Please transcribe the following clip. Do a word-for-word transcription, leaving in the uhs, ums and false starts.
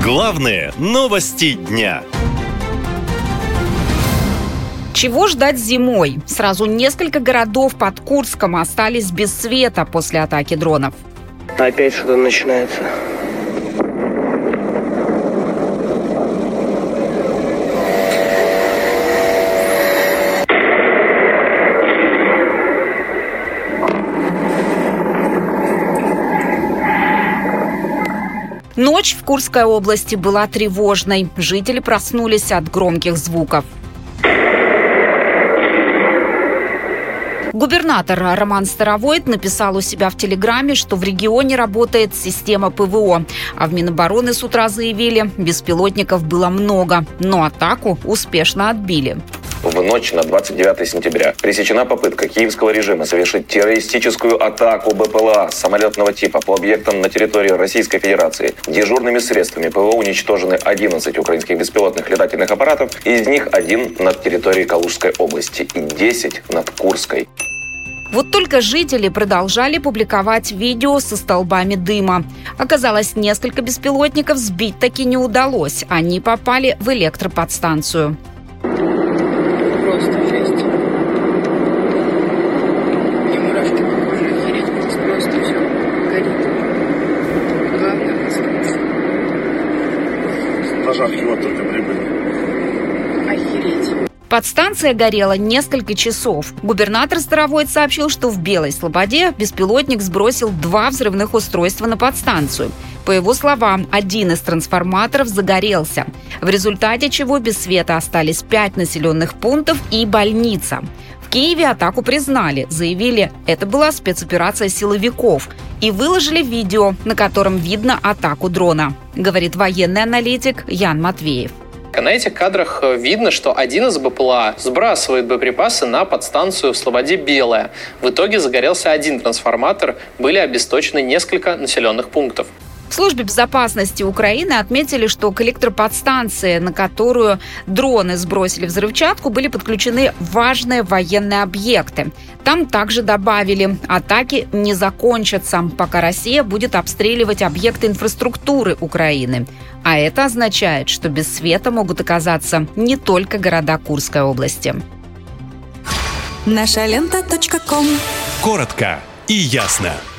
Главные новости дня. Чего ждать зимой? Сразу несколько городов под Курском остались без света после атаки дронов. Опять что-то начинается. Ночь в Курской области была тревожной. Жители проснулись от громких звуков. Губернатор Роман Старовойт написал у себя в Телеграме, что в регионе работает система ПВО. А в Минобороны с утра заявили, беспилотников было много, но атаку успешно отбили. В ночь на двадцать девятое сентября пресечена попытка киевского режима совершить террористическую атаку БПЛА самолетного типа по объектам на территории Российской Федерации. Дежурными средствами ПВО уничтожены одиннадцать украинских беспилотных летательных аппаратов, из них один над территорией Калужской области и десять над Курской. Вот только жители продолжали публиковать видео со столбами дыма. Оказалось, несколько беспилотников сбить таки не удалось. Они попали в электроподстанцию. Просто жесть. И мурашки похожи, охереть, здесь просто все горит. Главное, подсказка. Пожар его только прибыли. Охереть. Подстанция горела несколько часов. Губернатор Старовойт сообщил, что в Белой Слободе беспилотник сбросил два взрывных устройства на подстанцию. По его словам, один из трансформаторов загорелся, в результате чего без света остались пять населенных пунктов и больница. В Киеве атаку признали, заявили, это была спецоперация силовиков, и выложили видео, на котором видно атаку дрона, говорит военный аналитик Ян Матвеев. На этих кадрах видно, что один из БПЛА сбрасывает боеприпасы на подстанцию в Слободе Белая. В итоге загорелся один трансформатор, были обесточены несколько населенных пунктов. В службе безопасности Украины отметили, что к электроподстанции, на которую дроны сбросили взрывчатку, были подключены важные военные объекты. Там также добавили, атаки не закончатся, пока Россия будет обстреливать объекты инфраструктуры Украины. А это означает, что без света могут оказаться не только города Курской области. наша лента точка ком. Коротко и ясно.